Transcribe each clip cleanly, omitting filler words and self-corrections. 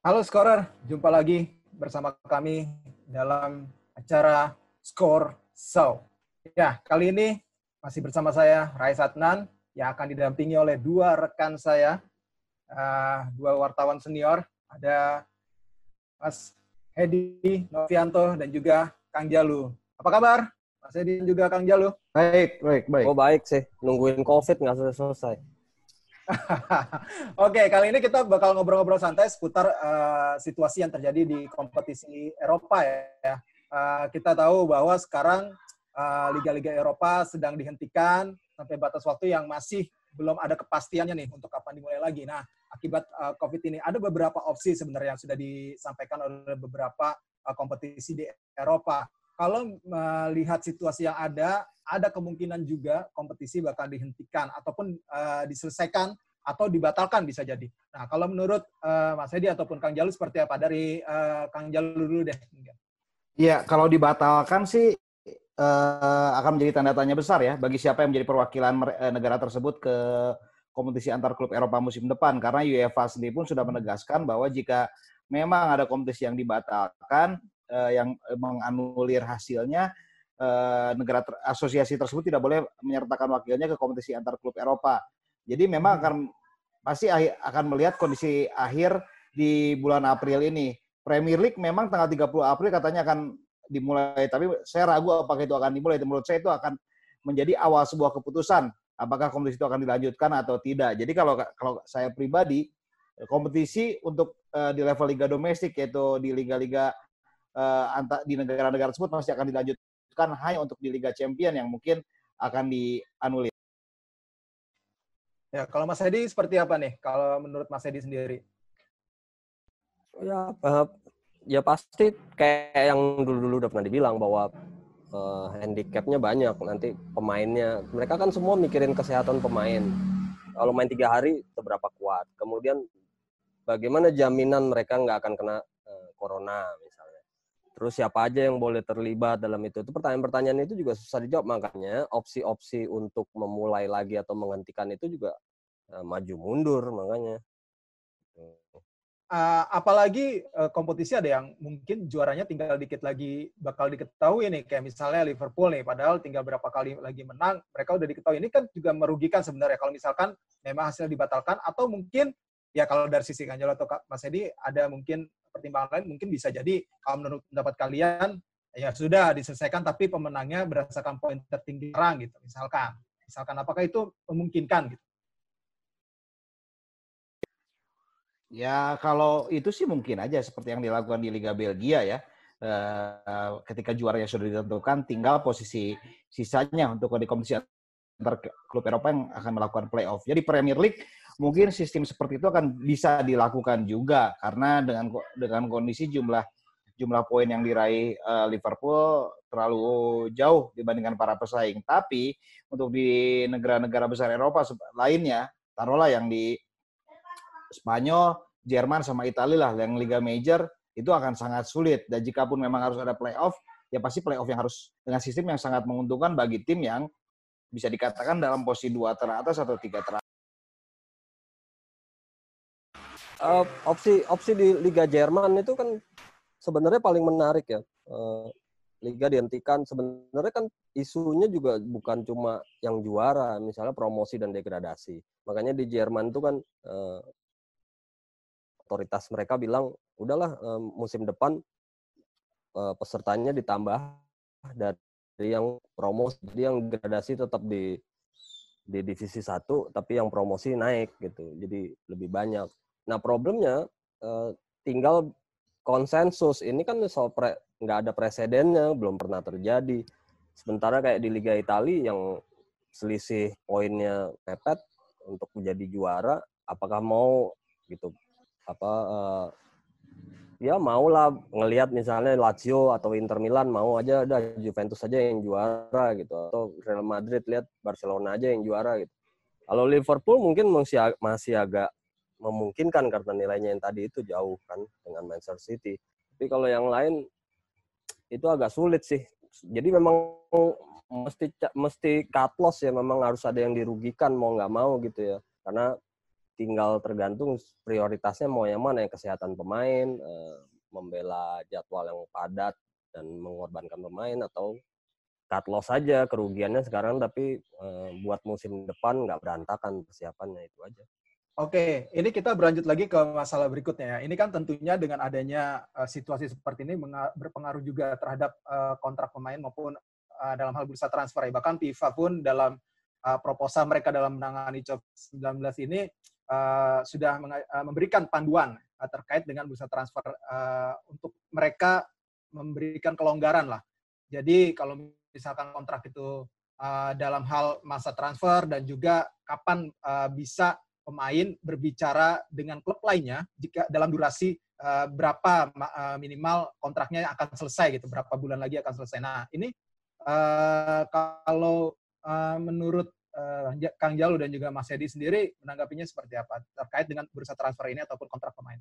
Halo Scorer, jumpa lagi bersama kami dalam acara Score Show. Ya, kali ini masih bersama saya, Rais Adnan, yang akan didampingi oleh dua rekan saya, dua wartawan senior. Ada Mas Hedi Novianto dan juga Kang Jalu. Apa kabar, Mas Hedi dan juga Kang Jalu? Baik, baik, baik. Oh baik sih, nungguin COVID nggak selesai-selesai. Oke, kali ini kita bakal ngobrol-ngobrol santai seputar situasi yang terjadi di kompetisi Eropa ya. Kita tahu bahwa sekarang liga-liga Eropa sedang dihentikan sampai batas waktu yang masih belum ada kepastiannya nih untuk kapan dimulai lagi. Nah, akibat COVID ini ada beberapa opsi sebenarnya yang sudah disampaikan oleh beberapa kompetisi di Eropa. Kalau melihat situasi yang ada kemungkinan juga kompetisi bakal dihentikan ataupun diselesaikan atau dibatalkan bisa jadi. Nah, kalau menurut Mas Hedi ataupun Kang Jalu seperti apa? Dari Kang Jalu dulu deh. Iya, kalau dibatalkan sih akan menjadi tanda tanya besar ya bagi siapa yang menjadi perwakilan negara tersebut ke kompetisi antar klub Eropa musim depan. Karena UEFA sendiri pun sudah menegaskan bahwa jika memang ada kompetisi yang dibatalkan, yang menganulir hasilnya, asosiasi tersebut tidak boleh menyertakan wakilnya ke kompetisi antar klub Eropa. Jadi memang pasti akan melihat kondisi akhir di bulan April ini. Premier League memang tanggal 30 April katanya akan dimulai, tapi saya ragu apakah itu akan dimulai. Menurut saya itu akan menjadi awal sebuah keputusan apakah kompetisi itu akan dilanjutkan atau tidak. Jadi kalau saya pribadi, kompetisi untuk di level liga domestik, yaitu di liga-liga di negara-negara tersebut masih akan dilanjutkan, hanya untuk di Liga Champion yang mungkin akan dianulir. Ya, kalau Mas Hedi seperti apa nih? Kalau menurut Mas Hedi sendiri? Ya pasti kayak yang dulu-dulu udah pernah dibilang bahwa handicapnya banyak nanti pemainnya. Mereka kan semua mikirin kesehatan pemain. Kalau main 3 hari seberapa kuat. Kemudian bagaimana jaminan mereka nggak akan kena corona misalnya. Terus siapa aja yang boleh terlibat dalam itu. Itu pertanyaan-pertanyaan itu juga susah dijawab. Makanya opsi-opsi untuk memulai lagi atau menghentikan itu juga maju mundur makanya. Apalagi kompetisi ada yang mungkin juaranya tinggal dikit lagi bakal diketahui nih, kayak misalnya Liverpool nih, padahal tinggal berapa kali lagi menang, mereka udah diketahui. Ini kan juga merugikan sebenarnya kalau misalkan memang hasil dibatalkan, atau mungkin ya kalau dari sisi Kanjalo atau Mas Edi ada mungkin pertimbangan lain, mungkin bisa jadi kalau menurut pendapat kalian ya sudah diselesaikan tapi pemenangnya berdasarkan poin tertinggi orang gitu, misalkan apakah itu memungkinkan gitu? Ya kalau itu sih mungkin aja seperti yang dilakukan di Liga Belgia ya. Ketika juaranya sudah ditentukan, tinggal posisi sisanya untuk di kompetisi antar klub Eropa yang akan melakukan playoff. Jadi Premier League mungkin sistem seperti itu akan bisa dilakukan juga karena dengan kondisi jumlah poin yang diraih Liverpool terlalu jauh dibandingkan para pesaing. Tapi untuk di negara-negara besar Eropa lainnya, taruhlah yang di Spanyol, Jerman sama Italia lah yang Liga Major itu akan sangat sulit. Dan jika pun memang harus ada playoff, ya pasti playoff yang harus dengan sistem yang sangat menguntungkan bagi tim yang bisa dikatakan dalam posisi 2 teratas atau 3 teratas. Opsi di Liga Jerman itu kan sebenarnya paling menarik ya. Liga dihentikan, sebenarnya kan isunya juga bukan cuma yang juara, misalnya promosi dan degradasi. Makanya di Jerman itu kan otoritas mereka bilang, udahlah musim depan pesertanya ditambah dari yang promosi, jadi yang degradasi tetap di divisi 1, tapi yang promosi naik gitu, jadi lebih banyak. Nah problemnya tinggal konsensus, ini kan nggak ada presidennya, belum pernah terjadi. Sementara kayak di Liga Italia yang selisih poinnya mepet untuk menjadi juara, apakah mau gitu ya mau lah ngelihat misalnya Lazio atau Inter Milan mau aja ada Juventus aja yang juara gitu, atau Real Madrid lihat Barcelona aja yang juara gitu. Kalau Liverpool mungkin masih agak memungkinkan karena nilainya yang tadi itu jauh kan dengan Manchester City. Tapi kalau yang lain itu agak sulit sih. Jadi memang mesti cut loss ya, memang harus ada yang dirugikan mau nggak mau gitu ya. Karena tinggal tergantung prioritasnya mau yang mana, yang kesehatan pemain, membela jadwal yang padat dan mengorbankan pemain, atau cut loss saja kerugiannya sekarang tapi buat musim depan nggak berantakan persiapannya, itu aja. Oke, ini kita berlanjut lagi ke masalah berikutnya ya. Ini kan tentunya dengan adanya situasi seperti ini berpengaruh juga terhadap kontrak pemain maupun dalam hal bursa transfer ya. Bahkan FIFA pun dalam proposal mereka dalam menangani COVID-19 ini sudah memberikan panduan terkait dengan bursa transfer untuk mereka memberikan kelonggaran lah. Jadi kalau misalkan kontrak itu dalam hal masa transfer dan juga kapan bisa pemain berbicara dengan klub lainnya jika dalam durasi berapa minimal kontraknya akan selesai gitu, berapa bulan lagi akan selesai. Nah, ini kalau menurut Kang Jalu dan juga Mas Hedi sendiri menanggapinya seperti apa terkait dengan bursa transfer ini ataupun kontrak pemain?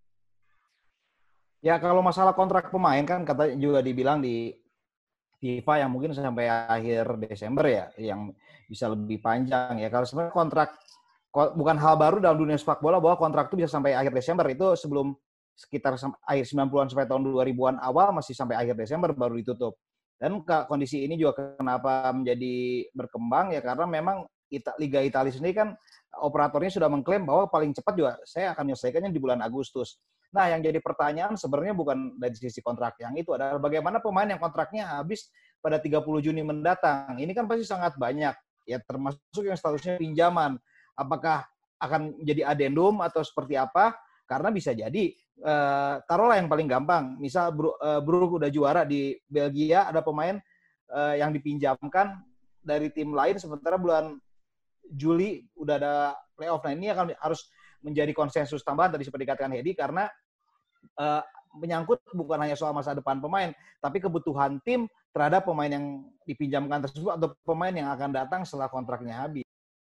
Ya kalau masalah kontrak pemain kan katanya juga dibilang di FIFA yang mungkin sampai akhir Desember ya, yang bisa lebih panjang ya. Kalau sebenarnya kontrak bukan hal baru dalam dunia sepak bola bahwa kontrak itu bisa sampai akhir Desember. Itu sebelum sekitar akhir 90-an sampai tahun 2000-an awal masih sampai akhir Desember baru ditutup. Dan kondisi ini juga kenapa menjadi berkembang ya karena memang Liga Italia sendiri kan operatornya sudah mengklaim bahwa paling cepat juga saya akan menyelesaikannya di bulan Agustus. Nah, yang jadi pertanyaan sebenarnya bukan dari sisi kontrak yang itu, adalah bagaimana pemain yang kontraknya habis pada 30 Juni mendatang. Ini kan pasti sangat banyak, ya termasuk yang statusnya pinjaman. Apakah akan menjadi adendum atau seperti apa? Karena bisa jadi, taruhlah yang paling gampang, misal Brugge udah juara di Belgia, ada pemain yang dipinjamkan dari tim lain, sementara bulan Juli udah ada playoff. Nah, ini akan harus menjadi konsensus tambahan tadi seperti dikatakan Hedi, karena menyangkut bukan hanya soal masa depan pemain, tapi kebutuhan tim terhadap pemain yang dipinjamkan tersebut atau pemain yang akan datang setelah kontraknya habis.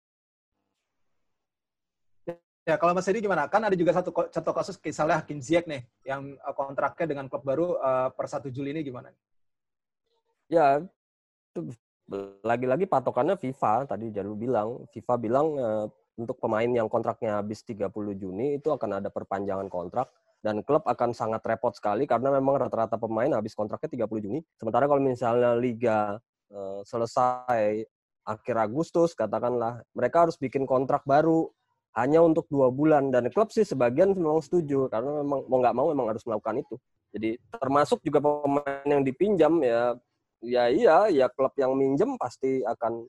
Ya, kalau Mas Hedi gimana? Kan ada juga satu contoh kasus misalnya Hakim Ziyech nih, yang kontraknya dengan klub baru per 1 Juli ini gimana? Ya, itu lagi-lagi patokannya FIFA, tadi Jalu bilang. FIFA bilang untuk pemain yang kontraknya habis 30 Juni itu akan ada perpanjangan kontrak, dan klub akan sangat repot sekali karena memang rata-rata pemain habis kontraknya 30 Juni. Sementara kalau misalnya Liga selesai akhir Agustus, katakanlah, mereka harus bikin kontrak baru hanya untuk 2 bulan. Dan klub sih sebagian memang setuju, karena memang mau nggak mau memang harus melakukan itu. Jadi termasuk juga pemain yang dipinjam ya klub yang minjem pasti akan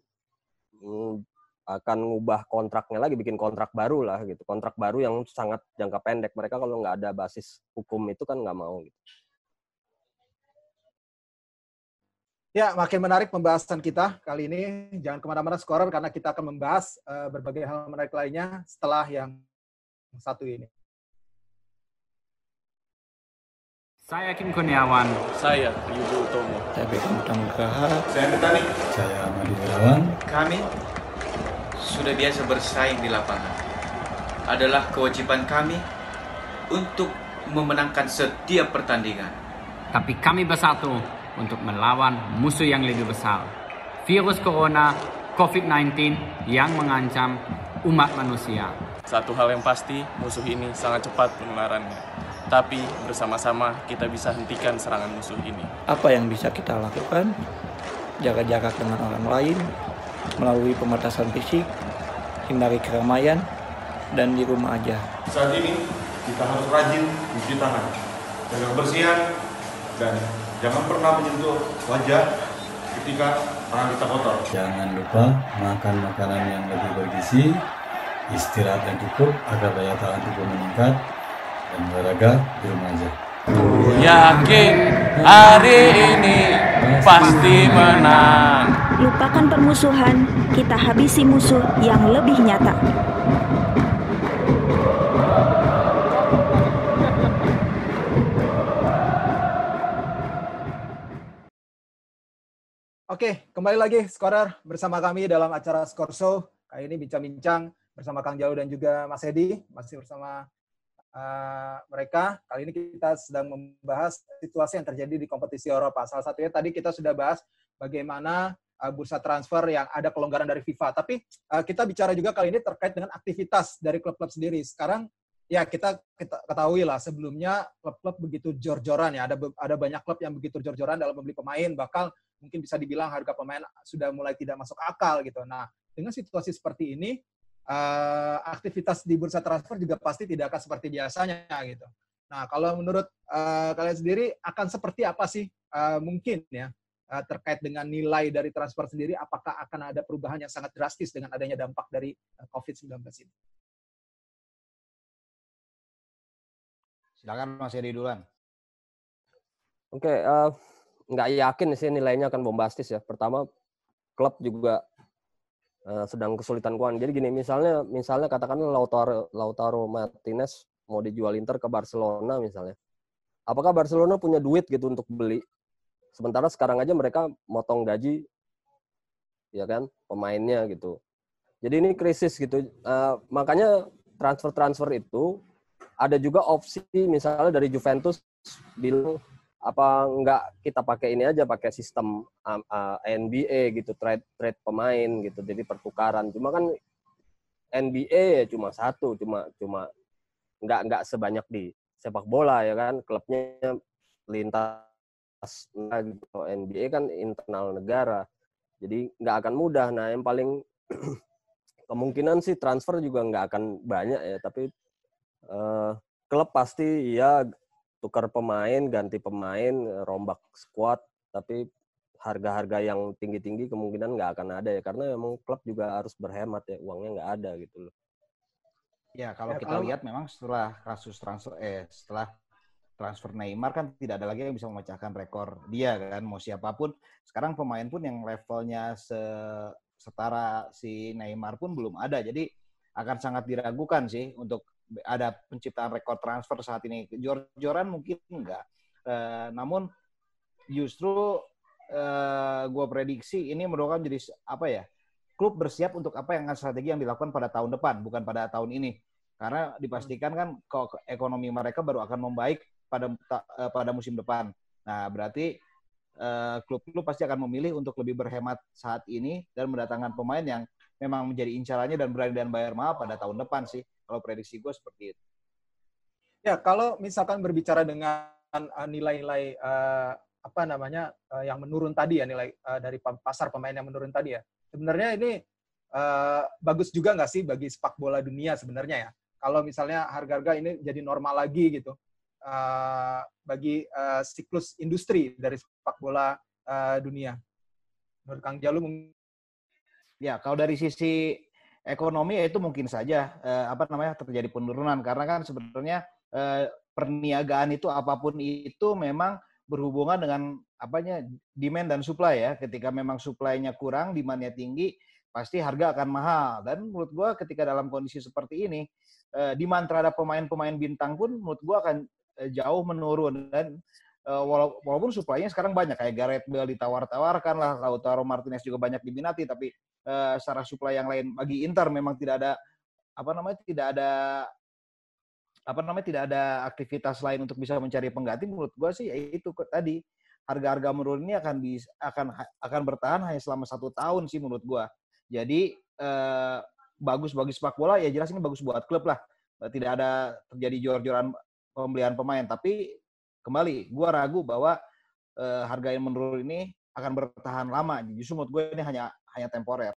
ngubah kontraknya lagi, bikin kontrak baru lah gitu. Kontrak baru yang sangat jangka pendek. Mereka kalau nggak ada basis hukum itu kan nggak mau gitu. Ya, makin menarik pembahasan kita kali ini. Jangan kemana-mana Scorer, karena kita akan membahas berbagai hal menarik lainnya setelah yang satu ini. Saya Kim Kurniawan. Saya Yudo Utomo. Saya Beckham Tamukaha. Saya Betani. Saya Ahmad Irawan. Kami sudah biasa bersaing di lapangan. Adalah kewajiban kami untuk memenangkan setiap pertandingan. Tapi kami bersatu untuk melawan musuh yang lebih besar. Virus Corona COVID-19 yang mengancam umat manusia. Satu hal yang pasti, musuh ini sangat cepat penularannya. Tapi bersama-sama kita bisa hentikan serangan musuh ini. Apa yang bisa kita lakukan? Jaga jarak dengan orang lain, melalui pembatasan fisik, hindari keramaian, dan di rumah aja. Saat ini kita harus rajin mencuci tangan, jaga kebersihan, dan jangan pernah menyentuh wajah ketika tangan kita kotor. Jangan lupa makan makanan yang lebih bergizi, istirahat yang cukup agar daya tahan tubuh meningkat, dan olahraga di rumah aja. Yakin hari ini pasti menang. Lupakan permusuhan, kita habisi musuh yang lebih nyata. Oke, kembali lagi Scorer bersama kami dalam acara Score Show. Kali ini bincang-bincang bersama Kang Jalu dan juga Mas Hedi, masih bersama mereka. Kali ini kita sedang membahas situasi yang terjadi di kompetisi Eropa. Salah satunya tadi kita sudah bahas bagaimana bursa transfer yang ada kelonggaran dari FIFA. Tapi kita bicara juga kali ini terkait dengan aktivitas dari klub-klub sendiri. Sekarang ya kita ketahui lah sebelumnya klub-klub begitu jor-joran ya. Ada banyak klub yang begitu jor-joran dalam membeli pemain, bahkan mungkin bisa dibilang harga pemain sudah mulai tidak masuk akal gitu. Nah, dengan situasi seperti ini, aktivitas di bursa transfer juga pasti tidak akan seperti biasanya gitu. Nah, kalau menurut kalian sendiri akan seperti apa sih mungkin ya terkait dengan nilai dari transfer sendiri? Apakah akan ada perubahan yang sangat drastis dengan adanya dampak dari COVID-19 ini? Silakan Mas Heri duluan. Oke, nggak yakin sih nilainya akan bombastis ya. Pertama, klub juga sedang kesulitan keuangan. Jadi gini, misalnya katakanlah Lautaro Martinez mau dijual Inter ke Barcelona misalnya. Apakah Barcelona punya duit gitu untuk beli? Sementara sekarang aja mereka motong gaji, ya kan, pemainnya gitu. Jadi ini krisis gitu. Makanya transfer itu ada juga opsi misalnya dari Juventus bilang apa enggak kita pakai ini aja, pakai sistem NBA gitu, trade pemain gitu, jadi pertukaran. Cuma kan NBA ya cuma satu, cuma enggak sebanyak di sepak bola ya kan, klubnya lintas gitu. NBA kan internal negara, jadi nggak akan mudah. Nah yang paling kemungkinan sih transfer juga nggak akan banyak ya, tapi klub pasti ya tukar pemain, ganti pemain, rombak squad, tapi harga-harga yang tinggi-tinggi kemungkinan nggak akan ada ya, karena memang klub juga harus berhemat ya, uangnya nggak ada gitu loh. Ya, kalau kita lihat memang setelah transfer Neymar kan tidak ada lagi yang bisa memecahkan rekor dia kan, mau siapapun. Sekarang pemain pun yang levelnya setara si Neymar pun belum ada, jadi akan sangat diragukan sih untuk ada penciptaan rekor transfer saat ini. Jor-joran mungkin enggak. Namun justru gue prediksi ini merupakan jadi apa ya? Klub bersiap untuk apa yang strategi yang dilakukan pada tahun depan, bukan pada tahun ini. Karena dipastikan kan ekonomi mereka baru akan membaik pada musim depan. Nah, berarti klub-klub pasti akan memilih untuk lebih berhemat saat ini dan mendatangkan pemain yang memang menjadi incarannya dan berani dan bayar mahal pada tahun depan sih. Kalau prediksi gue seperti itu. Ya, kalau misalkan berbicara dengan nilai-nilai yang menurun tadi ya, nilai dari pasar pemain yang menurun tadi ya. Sebenarnya ini bagus juga nggak sih bagi sepak bola dunia sebenarnya ya? Kalau misalnya harga-harga ini jadi normal lagi gitu, bagi siklus industri dari sepak bola dunia. Menurut Kang Jalu? Ya, kalau dari sisi ekonomi ya itu mungkin saja terjadi penurunan, karena kan sebenarnya perniagaan itu apapun itu memang berhubungan dengan demand dan supply ya. Ketika memang supply-nya kurang, demand-nya tinggi, pasti harga akan mahal. Dan menurut gua ketika dalam kondisi seperti ini, demand terhadap pemain-pemain bintang pun menurut gua akan jauh menurun. Dan walaupun supply-nya sekarang banyak, kayak Gareth Bale ditawar-tawarkan lah, Lautaro Martinez juga banyak diminati, tapi secara supply yang lain bagi Inter memang tidak ada aktivitas lain untuk bisa mencari pengganti. Menurut gua sih itu tadi, harga-harga menurun ini akan bertahan hanya selama 1 tahun sih menurut gua. Jadi bagus bagi sepak bola, ya jelas ini bagus buat klub lah. Tidak ada terjadi jor-joran pembelian pemain, tapi kembali gua ragu bahwa harga yang menurun ini akan bertahan lama. Justru menurut gue ini hanya temporer.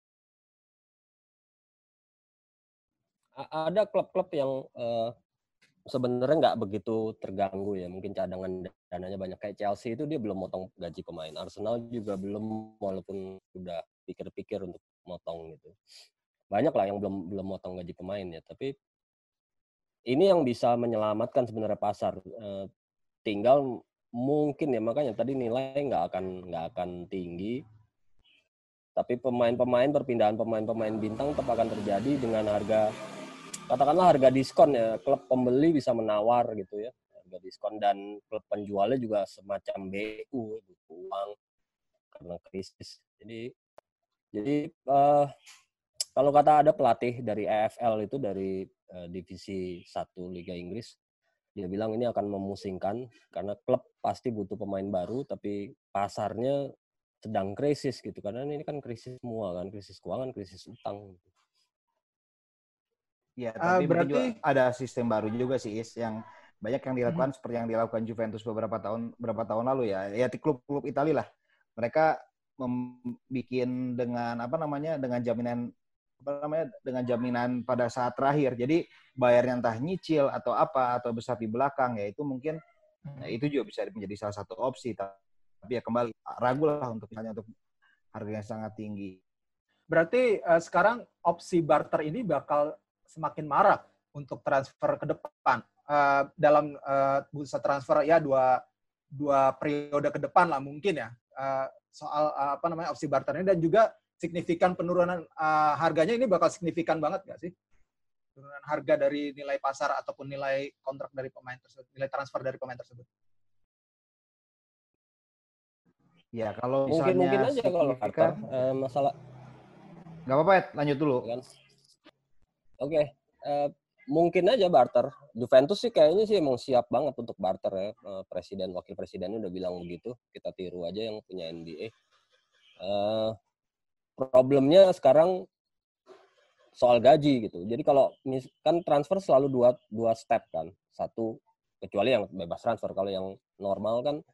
Ada klub-klub yang sebenarnya nggak begitu terganggu ya, mungkin cadangan dananya banyak. Kayak Chelsea itu dia belum motong gaji pemain, Arsenal juga belum, walaupun udah pikir-pikir untuk motong gitu. Banyak lah yang belum motong gaji pemain ya, tapi ini yang bisa menyelamatkan sebenarnya pasar. Tinggal mungkin ya, makanya tadi nilai nggak akan tinggi, tapi perpindahan pemain bintang tetap akan terjadi dengan harga, katakanlah harga diskon ya. Klub pembeli bisa menawar gitu ya, harga diskon, dan klub penjualnya juga semacam BU, butuh uang karena krisis. Jadi kalau kata ada pelatih dari EFL itu, dari divisi 1 Liga Inggris, dia bilang ini akan memusingkan karena klub pasti butuh pemain baru, tapi pasarnya sedang krisis gitu, karena ini kan krisis semua kan, krisis keuangan, krisis utang. Ya, tapi mungkin juga berarti ada sistem baru juga sih, Is, yang banyak yang dilakukan seperti yang dilakukan Juventus beberapa tahun lalu ya. Ya di klub-klub Italia lah. Mereka membuat dengan jaminan pada saat terakhir. Jadi bayarnya entah nyicil atau apa atau besar di belakang, ya itu mungkin itu juga bisa menjadi salah satu opsi. Tapi ya kembali ragu lah untuk harga yang sangat tinggi. Berarti sekarang opsi barter ini bakal semakin marak untuk transfer ke depan. Dalam bursa transfer ya dua periode ke depan lah mungkin ya. Soal opsi barter ini, dan juga signifikan penurunan harganya ini bakal signifikan banget nggak sih? Penurunan harga dari nilai pasar ataupun nilai kontrak dari pemain tersebut, nilai transfer dari pemain tersebut. Ya, kalau misalnya mungkin aja kalau barter, masalah. Nggak apa-apa, Ed, lanjut dulu. Oke. Mungkin aja barter. Juventus sih kayaknya sih emang siap banget untuk barter ya. Presiden, wakil presidennya udah bilang begitu. Kita tiru aja yang punya NBA. Problemnya sekarang soal gaji gitu. Jadi kalau kan transfer selalu dua step kan. Satu, kecuali yang bebas transfer. Kalau yang normal kan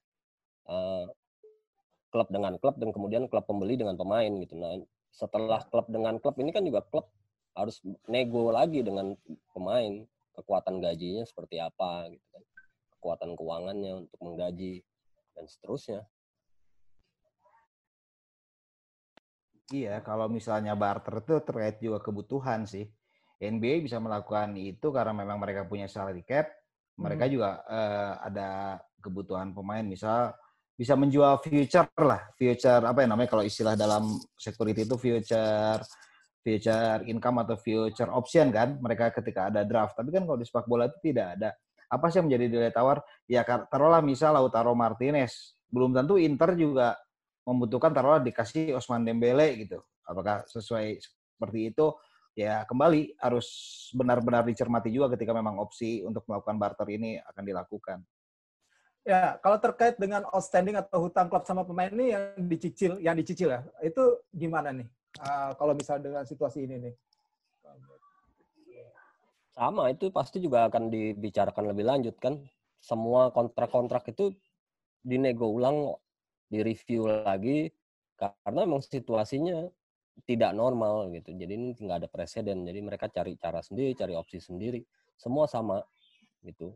klub dengan klub dan kemudian klub pembeli dengan pemain gitu. Nah, setelah klub dengan klub ini kan juga klub harus nego lagi dengan pemain, kekuatan gajinya seperti apa gitu kan, kekuatan keuangannya untuk menggaji dan seterusnya. Iya, kalau misalnya barter itu terkait juga kebutuhan sih. NBA bisa melakukan itu karena memang mereka punya salary cap, mereka juga ada kebutuhan pemain, misal bisa menjual future apa yang namanya kalau istilah dalam security itu future income atau future option kan, mereka ketika ada draft. Tapi kan kalau di sepak bola itu tidak ada. Apa sih yang menjadi nilai tawar? Ya taruhlah misal Lautaro Martinez, belum tentu Inter juga membutuhkan, taruhlah dikasih Ousmane Dembele gitu. Apakah sesuai seperti itu? Ya kembali harus benar-benar dicermati juga ketika memang opsi untuk melakukan barter ini akan dilakukan. Ya, kalau terkait dengan outstanding atau hutang klub sama pemain ini yang dicicil ya, itu gimana nih? Kalau misalnya dengan situasi ini nih. Sama, itu pasti juga akan dibicarakan lebih lanjut kan. Semua kontrak-kontrak itu dinego ulang, direview lagi, karena memang situasinya tidak normal gitu. Jadi ini nggak ada presiden. Jadi mereka cari cara sendiri, cari opsi sendiri. Semua sama gitu.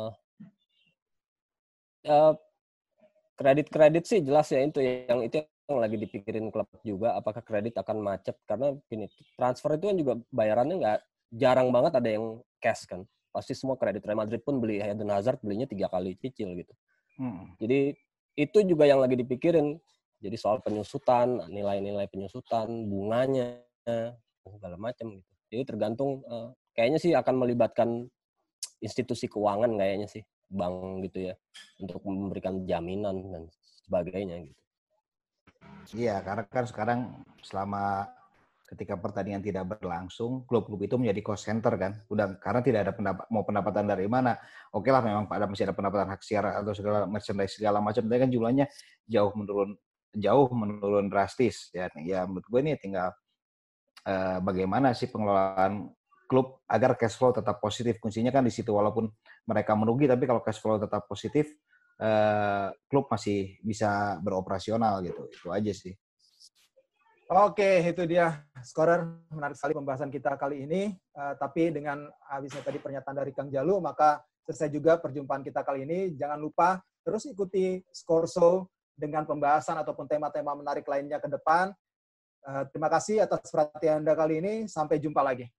Kredit sih jelas ya, itu yang lagi dipikirin klub juga, apakah kredit akan macet, karena gini, transfer itu kan juga bayarannya nggak jarang banget ada yang cash kan, pasti semua kredit. Real Madrid pun beli Eden Hazard belinya 3 kali cicil gitu. Jadi itu juga yang lagi dipikirin, jadi soal penyusutan, nilai-nilai penyusutan, bunganya segala macam gitu. Jadi tergantung, kayaknya sih akan melibatkan institusi keuangan kayaknya sih, bank gitu ya, untuk memberikan jaminan dan sebagainya gitu. Iya, karena kan sekarang selama ketika pertandingan tidak berlangsung, klub-klub itu menjadi cost center kan. Udah karena tidak ada pendapatan dari mana. Oke lah, memang masih ada pendapatan hak siar atau segala merchandise segala macam, tapi kan jumlahnya jauh menurun drastis ya. Ya menurut gue ini tinggal bagaimana sih pengelolaan klub agar cash flow tetap positif. Kuncinya kan di situ, walaupun mereka merugi, tapi kalau cash flow tetap positif, klub masih bisa beroperasional gitu. Itu aja sih. Oke, itu dia Scorer. Menarik sekali pembahasan kita kali ini. Tapi dengan habisnya tadi pernyataan dari Kang Jalu, maka selesai juga perjumpaan kita kali ini. Jangan lupa terus ikuti Score Show dengan pembahasan ataupun tema-tema menarik lainnya ke depan. Terima kasih atas perhatian Anda kali ini. Sampai jumpa lagi.